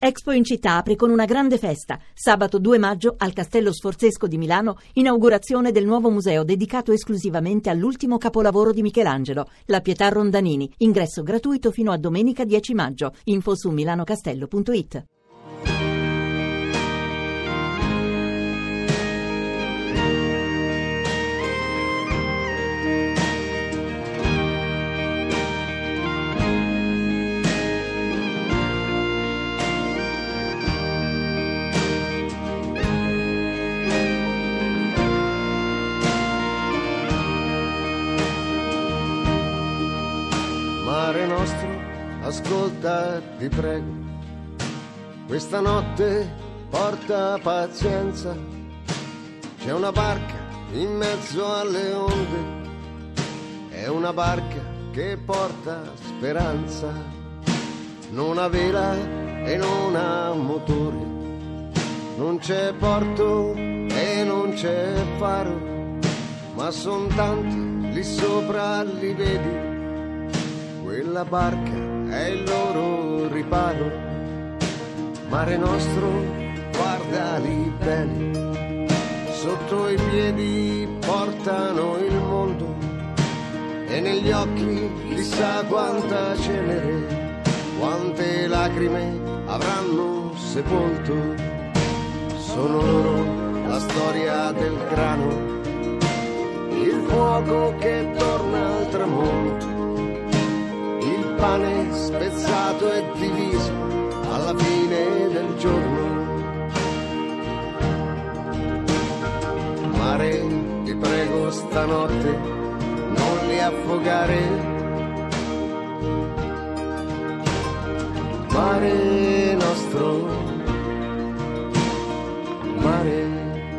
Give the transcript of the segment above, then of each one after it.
Expo in città apre con una grande festa. Sabato 2 maggio al Castello Sforzesco di Milano, inaugurazione del nuovo museo dedicato esclusivamente all'ultimo capolavoro di Michelangelo, la Pietà Rondanini. Ingresso gratuito fino a domenica 10 maggio. Info su milanocastello.it. Mare nostro, ascolta, ti prego, questa notte porta pazienza, c'è una barca in mezzo alle onde, è una barca che porta speranza, non ha vela e non ha motore, non c'è porto e non c'è faro, ma son tanti lì sopra, li vedi. Quella barca è il loro riparo. Mare nostro, guardali bene, sotto i piedi portano il mondo e negli occhi chissà quanta cenere, quante lacrime avranno sepolto. Sono loro la storia del grano, il fuoco che torna al tramonto, il pane spezzato e diviso alla fine del giorno. Mare, ti prego stanotte non li affogare. Mare nostro, mare.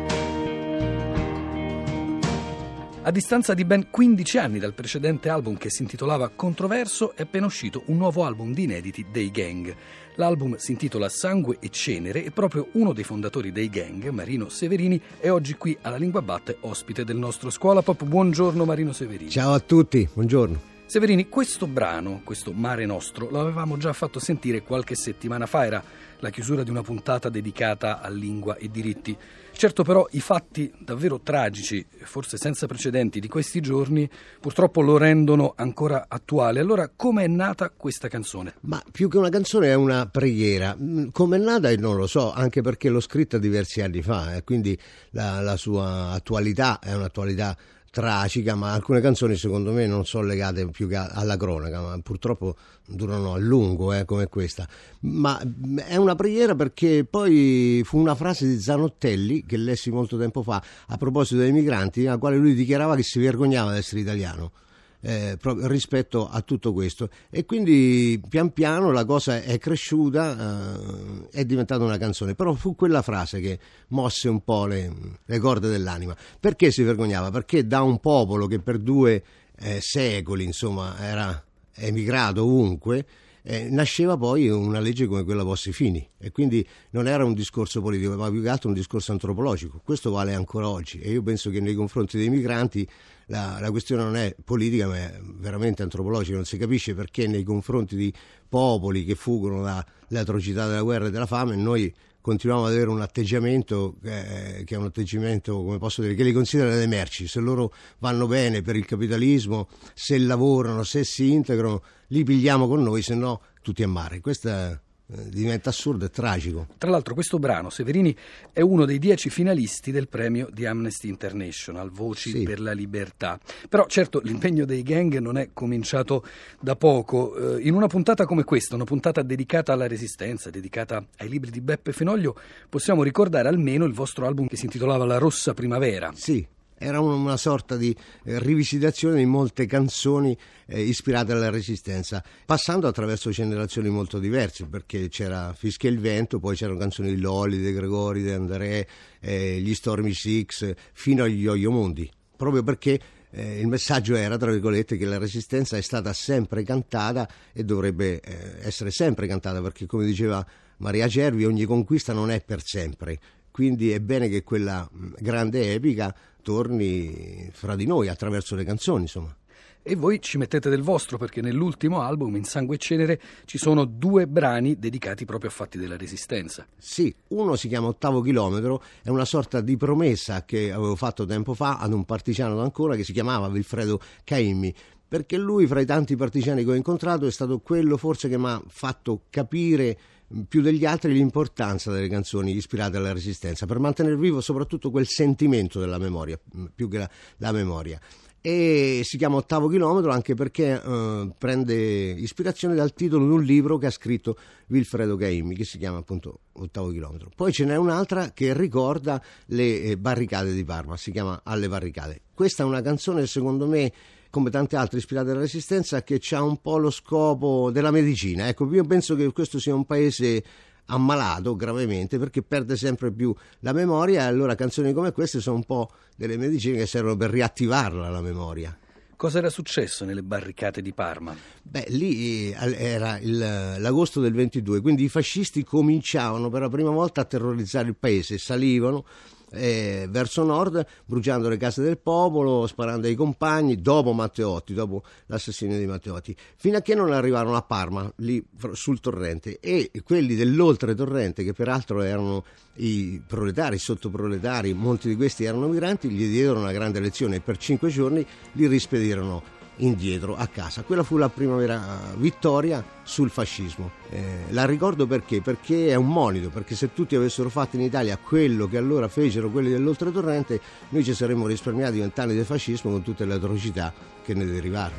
A distanza di ben 15 anni dal precedente album, che si intitolava Controverso, è appena uscito un nuovo album di inediti dei Gang. L'album si intitola Sangue e Cenere e proprio uno dei fondatori dei Gang, Marino Severini, è oggi qui alla Lingua Batte, ospite del nostro Scuola Pop. Buongiorno Marino Severini. Ciao a tutti, buongiorno. Severini, questo brano, questo Mare Nostro, l'avevamo già fatto sentire qualche settimana fa, era la chiusura di una puntata dedicata a lingua e diritti. Certo però i fatti davvero tragici, forse senza precedenti, di questi giorni purtroppo lo rendono ancora attuale. Allora come è nata questa canzone? Ma più che una canzone è una preghiera. Come è nata non lo so, anche perché l'ho scritta diversi anni fa, quindi la sua attualità è un'attualità tragica, ma alcune canzoni secondo me non sono legate più che alla cronaca, ma purtroppo durano a lungo, come questa. Ma è una preghiera perché poi fu una frase di Zanottelli che lessi molto tempo fa a proposito dei migranti, nella quale lui dichiarava che si vergognava di essere italiano. Proprio rispetto a tutto questo, e quindi pian piano la cosa è cresciuta, è diventata una canzone, però fu quella frase che mosse un po' le corde dell'anima. Perché si vergognava? Perché da un popolo che per 2 secoli insomma era emigrato ovunque, nasceva poi una legge come quella Bossi-Fini, e quindi non era un discorso politico ma più che altro un discorso antropologico. Questo vale ancora oggi, e io penso che nei confronti dei migranti la questione non è politica ma è veramente antropologica. Non si capisce perché nei confronti di popoli che fuggono dalle atrocità della guerra e della fame noi continuiamo ad avere un atteggiamento che è un atteggiamento, come posso dire, che li considera delle merci. Se loro vanno bene per il capitalismo, se lavorano, se si integrano, li pigliamo con noi, se no tutti a mare. Questa diventa assurdo e tragico. Tra l'altro questo brano, Severini, è uno dei 10 finalisti del premio di Amnesty International, Voci per la Libertà. Però certo l'impegno dei Gang non è cominciato da poco. In una puntata come questa, una puntata dedicata alla Resistenza, dedicata ai libri di Beppe Fenoglio, possiamo ricordare almeno il vostro album che si intitolava La Rossa Primavera. Sì. Era una sorta di rivisitazione di molte canzoni ispirate alla Resistenza, passando attraverso generazioni molto diverse, perché c'era Fischia il vento, poi c'erano canzoni di Lolli, De Gregori, De André, gli Stormy Six, fino agli Yo-Yo Mondi, proprio perché il messaggio era, tra virgolette, che la Resistenza è stata sempre cantata e dovrebbe essere sempre cantata, perché come diceva Maria Cervi, ogni conquista non è per sempre. Quindi è bene che quella grande epica torni fra di noi attraverso le canzoni, insomma. E voi ci mettete del vostro, perché nell'ultimo album, In Sangue e Cenere, ci sono 2 brani dedicati proprio a fatti della Resistenza. Sì, uno si chiama Ottavo Chilometro, è una sorta di promessa che avevo fatto tempo fa ad un partigiano d'Ancona che si chiamava Vilfredo Caimmi, perché lui, fra i tanti partigiani che ho incontrato, è stato quello forse che mi ha fatto capire più degli altri l'importanza delle canzoni ispirate alla Resistenza, per mantenere vivo soprattutto quel sentimento della memoria, più che la memoria. E si chiama Ottavo Chilometro anche perché prende ispirazione dal titolo di un libro che ha scritto Vilfredo Caimmi, che si chiama appunto Ottavo Chilometro. Poi ce n'è un'altra che ricorda le barricate di Parma, si chiama Alle barricate. Questa è una canzone, secondo me, come tante altre ispirate alla Resistenza, che ha un po' lo scopo della medicina. Ecco, io penso che questo sia un paese ammalato gravemente perché perde sempre più la memoria, e allora canzoni come queste sono un po' delle medicine che servono per riattivarla la memoria. Cosa era successo nelle barricate di Parma? Beh, lì era l'agosto del 22, quindi i fascisti cominciavano per la prima volta a terrorizzare il paese, salivano verso nord, bruciando le case del popolo, sparando ai compagni, dopo Matteotti, dopo l'assassinio di Matteotti, fino a che non arrivarono a Parma, lì sul torrente, e quelli dell'oltretorrente, che peraltro erano i proletari, i sottoproletari, molti di questi erano migranti, gli diedero una grande lezione e per 5 giorni li rispedirono indietro a casa. Quella fu la prima vera vittoria sul fascismo. La ricordo perché è un monito, perché se tutti avessero fatto in Italia quello che allora fecero quelli dell'oltretorrente, noi ci saremmo risparmiati 20 anni del fascismo con tutte le atrocità che ne derivarono.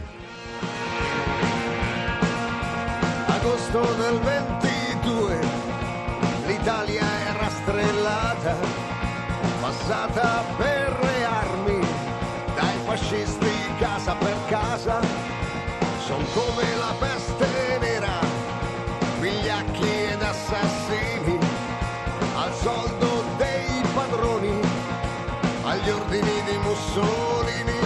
Agosto del 22, l'Italia è rastrellata, passata per le armi dai fascisti casa per casa, son come la peste nera, vigliacchi ed assassini, al soldo dei padroni, agli ordini di Mussolini.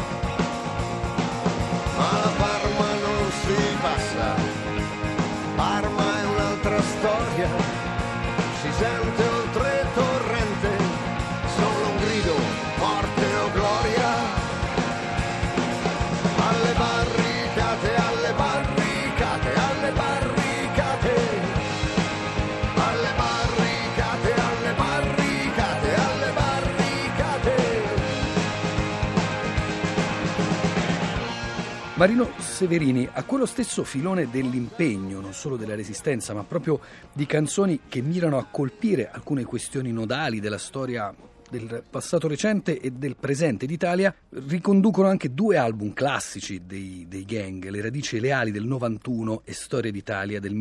Ma la Parma non si passa, Parma è un'altra storia, si sente oltre torrente, solo un grido, morte o gloria. Alle barricate, alle barricate, alle barricate, alle barricate, alle barricate, alle barricate. Marino Severini, a quello stesso filone dell'impegno, non solo della Resistenza, ma proprio di canzoni che mirano a colpire alcune questioni nodali della storia del passato recente e del presente d'Italia, riconducono anche 2 album classici dei Gang, Le radici e le ali del 91 e Storia d'Italia del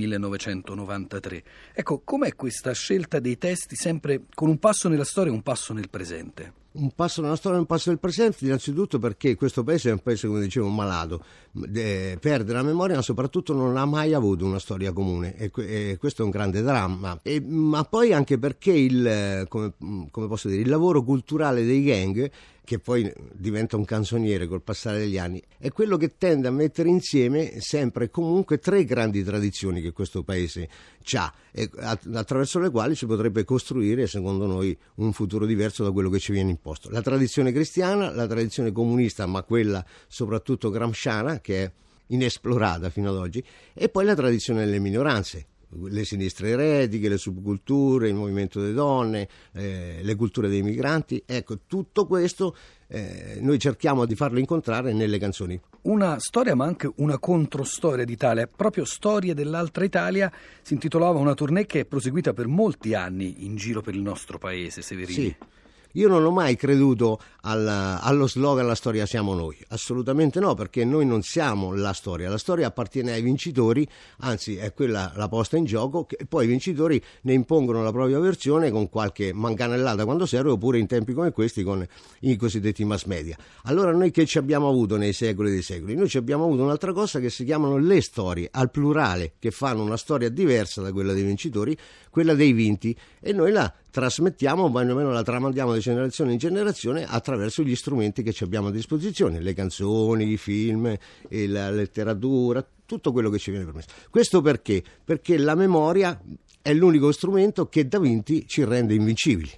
1993. Ecco, com'è questa scelta dei testi sempre con un passo nella storia e un passo nel presente? Un passo nella storia e un passo nel presente, innanzitutto perché questo paese è un paese, come dicevo, malato, perde la memoria, ma soprattutto non ha mai avuto una storia comune, e questo è un grande dramma. Ma poi anche perché come posso dire, il lavoro culturale dei Gang, che poi diventa un canzoniere col passare degli anni, è quello che tende a mettere insieme sempre e comunque 3 grandi tradizioni che questo paese ha, attraverso le quali si potrebbe costruire, secondo noi, un futuro diverso da quello che ci viene imposto. La tradizione cristiana, la tradizione comunista, ma quella soprattutto gramsciana, che è inesplorata fino ad oggi, e poi la tradizione delle minoranze, le sinistre eretiche, le subculture, il movimento delle donne, le culture dei migranti. Ecco, tutto questo noi cerchiamo di farlo incontrare nelle canzoni. Una storia ma anche una controstoria d'Italia, proprio Storie dell'altra Italia, si intitolava una tournée che è proseguita per molti anni in giro per il nostro paese, Severini. Sì. Io non ho mai creduto allo slogan "la storia siamo noi", assolutamente no, perché noi non siamo la storia appartiene ai vincitori, anzi è quella la posta in gioco, e poi i vincitori ne impongono la propria versione con qualche manganellata quando serve, oppure in tempi come questi con i cosiddetti mass media. Allora noi che ci abbiamo avuto nei secoli dei secoli? Noi ci abbiamo avuto un'altra cosa che si chiamano le storie, al plurale, che fanno una storia diversa da quella dei vincitori, quella dei vinti, e noi la trasmettiamo, o almeno la tramandiamo di generazione in generazione attraverso gli strumenti che ci abbiamo a disposizione, le canzoni, i film, e la letteratura, tutto quello che ci viene permesso. Questo perché? Perché la memoria è l'unico strumento che da vinti ci rende invincibili.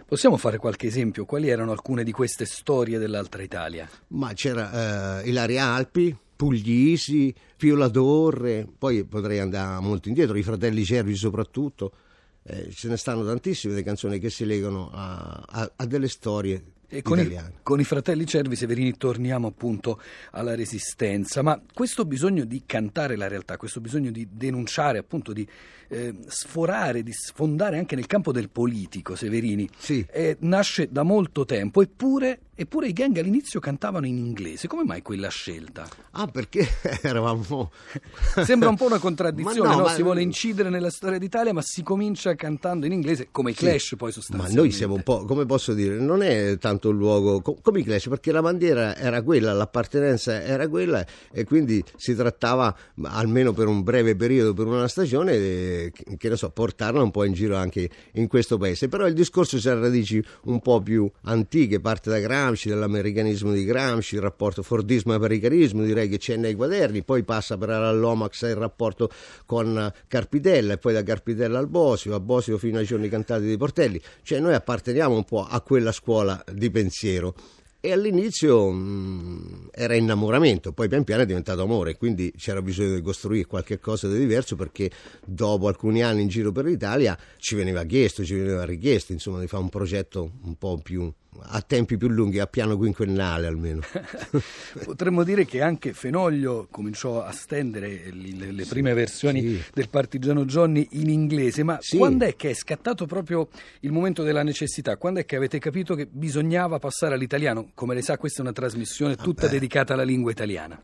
Possiamo fare qualche esempio? Quali erano alcune di queste storie dell'Altra Italia? Ma c'era Ilaria Alpi, Puglisi, Pio La Torre, poi potrei andare molto indietro, i Fratelli Cervi soprattutto. Ce ne stanno tantissime le canzoni che si legano a delle storie italiane. Con i Fratelli Cervi, Severini, torniamo appunto alla Resistenza, ma questo bisogno di cantare la realtà, questo bisogno di denunciare, appunto di sforare, di sfondare anche nel campo del politico, Severini, sì. Nasce da molto tempo, eppure i gang all'inizio cantavano in inglese. Come mai quella scelta? Perché eravamo... Sembra un po' una contraddizione, no? Si vuole incidere nella storia d'Italia, ma si comincia cantando in inglese, come i Clash poi sostanzialmente. Ma noi siamo un po', come posso dire, non è tanto il luogo come i Clash, perché la bandiera era quella, l'appartenenza era quella, e quindi si trattava, almeno per un breve periodo, per una stagione, che ne so, portarla un po' in giro anche in questo paese. Però il discorso ha radici un po' più antiche, parte da Gramsci, dall'americanismo di Gramsci, il rapporto Fordismo e americanismo, direi che c'è nei quaderni, poi passa per all'Omax il rapporto con Carpitella, e poi da Carpitella al Bosio, a Bosio fino ai giorni cantati di Portelli. Cioè noi apparteniamo un po' a quella scuola di pensiero. E all'inizio era innamoramento, poi pian piano è diventato amore, quindi c'era bisogno di costruire qualche cosa di diverso, perché dopo alcuni anni in giro per l'Italia ci veniva richiesto, insomma, di fare un progetto un po' più a tempi più lunghi, a piano quinquennale almeno. Potremmo dire che anche Fenoglio cominciò a stendere le prime versioni del Partigiano Johnny in inglese, ma quando è che è scattato proprio il momento della necessità? Quando è che avete capito che bisognava passare all'italiano? Come lei sa, questa è una trasmissione tutta dedicata alla lingua italiana.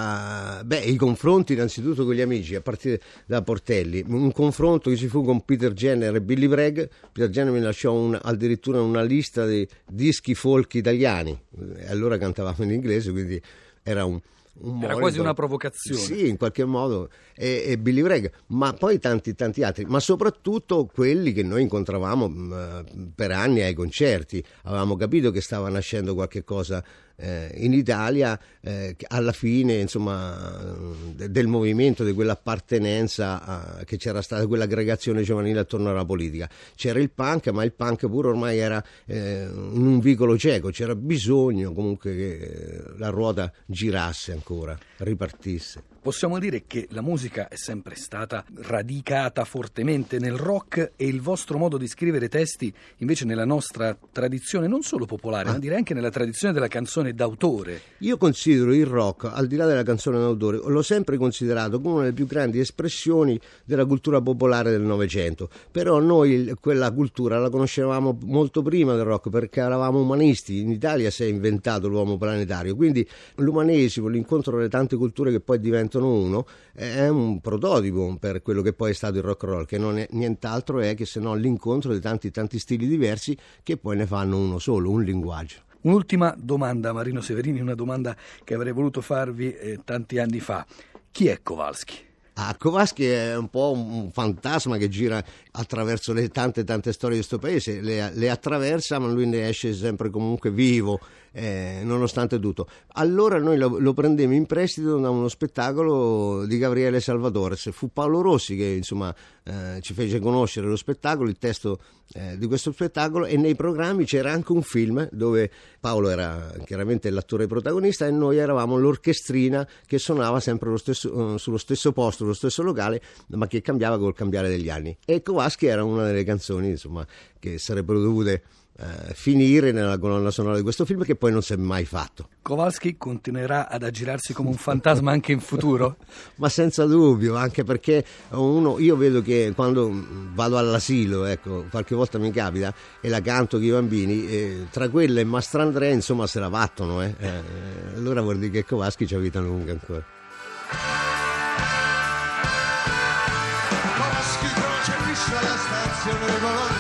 I confronti innanzitutto con gli amici, a partire da Portelli, un confronto che ci fu con Peter Jenner e Billy Bragg. Peter Jenner mi lasciò addirittura una lista di dischi folk italiani, e allora cantavamo in inglese, quindi era un era quasi una provocazione. Sì, in qualche modo, e Billy Bragg, ma poi tanti altri, ma soprattutto quelli che noi incontravamo per anni ai concerti. Avevamo capito che stava nascendo qualche cosa in Italia, alla fine, insomma, del movimento, di quell'appartenenza che c'era stata, quell'aggregazione giovanile attorno alla politica. C'era il punk, ma il punk pure ormai era in un vicolo cieco, c'era bisogno comunque che la ruota girasse ancora, ripartisse. Possiamo dire che la musica è sempre stata radicata fortemente nel rock, e il vostro modo di scrivere testi invece nella nostra tradizione non solo popolare, ma direi anche nella tradizione della canzone d'autore. Io considero il rock, al di là della canzone d'autore, l'ho sempre considerato come una delle più grandi espressioni della cultura popolare del Novecento. Però noi quella cultura la conoscevamo molto prima del rock, perché eravamo umanisti. In Italia si è inventato l'uomo planetario, quindi l'umanesimo, l'incontro delle tante culture che poi diventano uno, è un prototipo per quello che poi è stato il rock and roll, che non è nient'altro che se no l'incontro di tanti stili diversi che poi ne fanno uno solo, un linguaggio. Un'ultima domanda, Marino Severini, una domanda che avrei voluto farvi tanti anni fa. Chi è Kowalski? Kowalski è un po' un fantasma che gira attraverso le tante storie di questo paese, le attraversa, ma lui ne esce sempre comunque vivo, nonostante tutto. Allora noi lo prendemmo in prestito da uno spettacolo di Gabriele Salvatores. Fu Paolo Rossi che insomma ci fece conoscere lo spettacolo, il testo di questo spettacolo, e nei programmi c'era anche un film dove Paolo era chiaramente l'attore protagonista e noi eravamo l'orchestrina che suonava sempre sullo stesso posto, lo stesso locale, ma che cambiava col cambiare degli anni. E Kowalski era una delle canzoni, insomma, che sarebbero dovute finire nella colonna sonora di questo film, che poi non si è mai fatto. Kowalski continuerà ad aggirarsi come un fantasma anche in futuro? Ma senza dubbio, anche perché io vedo che quando vado all'asilo, ecco, qualche volta mi capita e la canto con i bambini, tra quelle e Mastrandrea insomma se la battono, allora vuol dire che Kowalski c'ha vita lunga ancora. Kowalski croce fissa la stazione Bologna,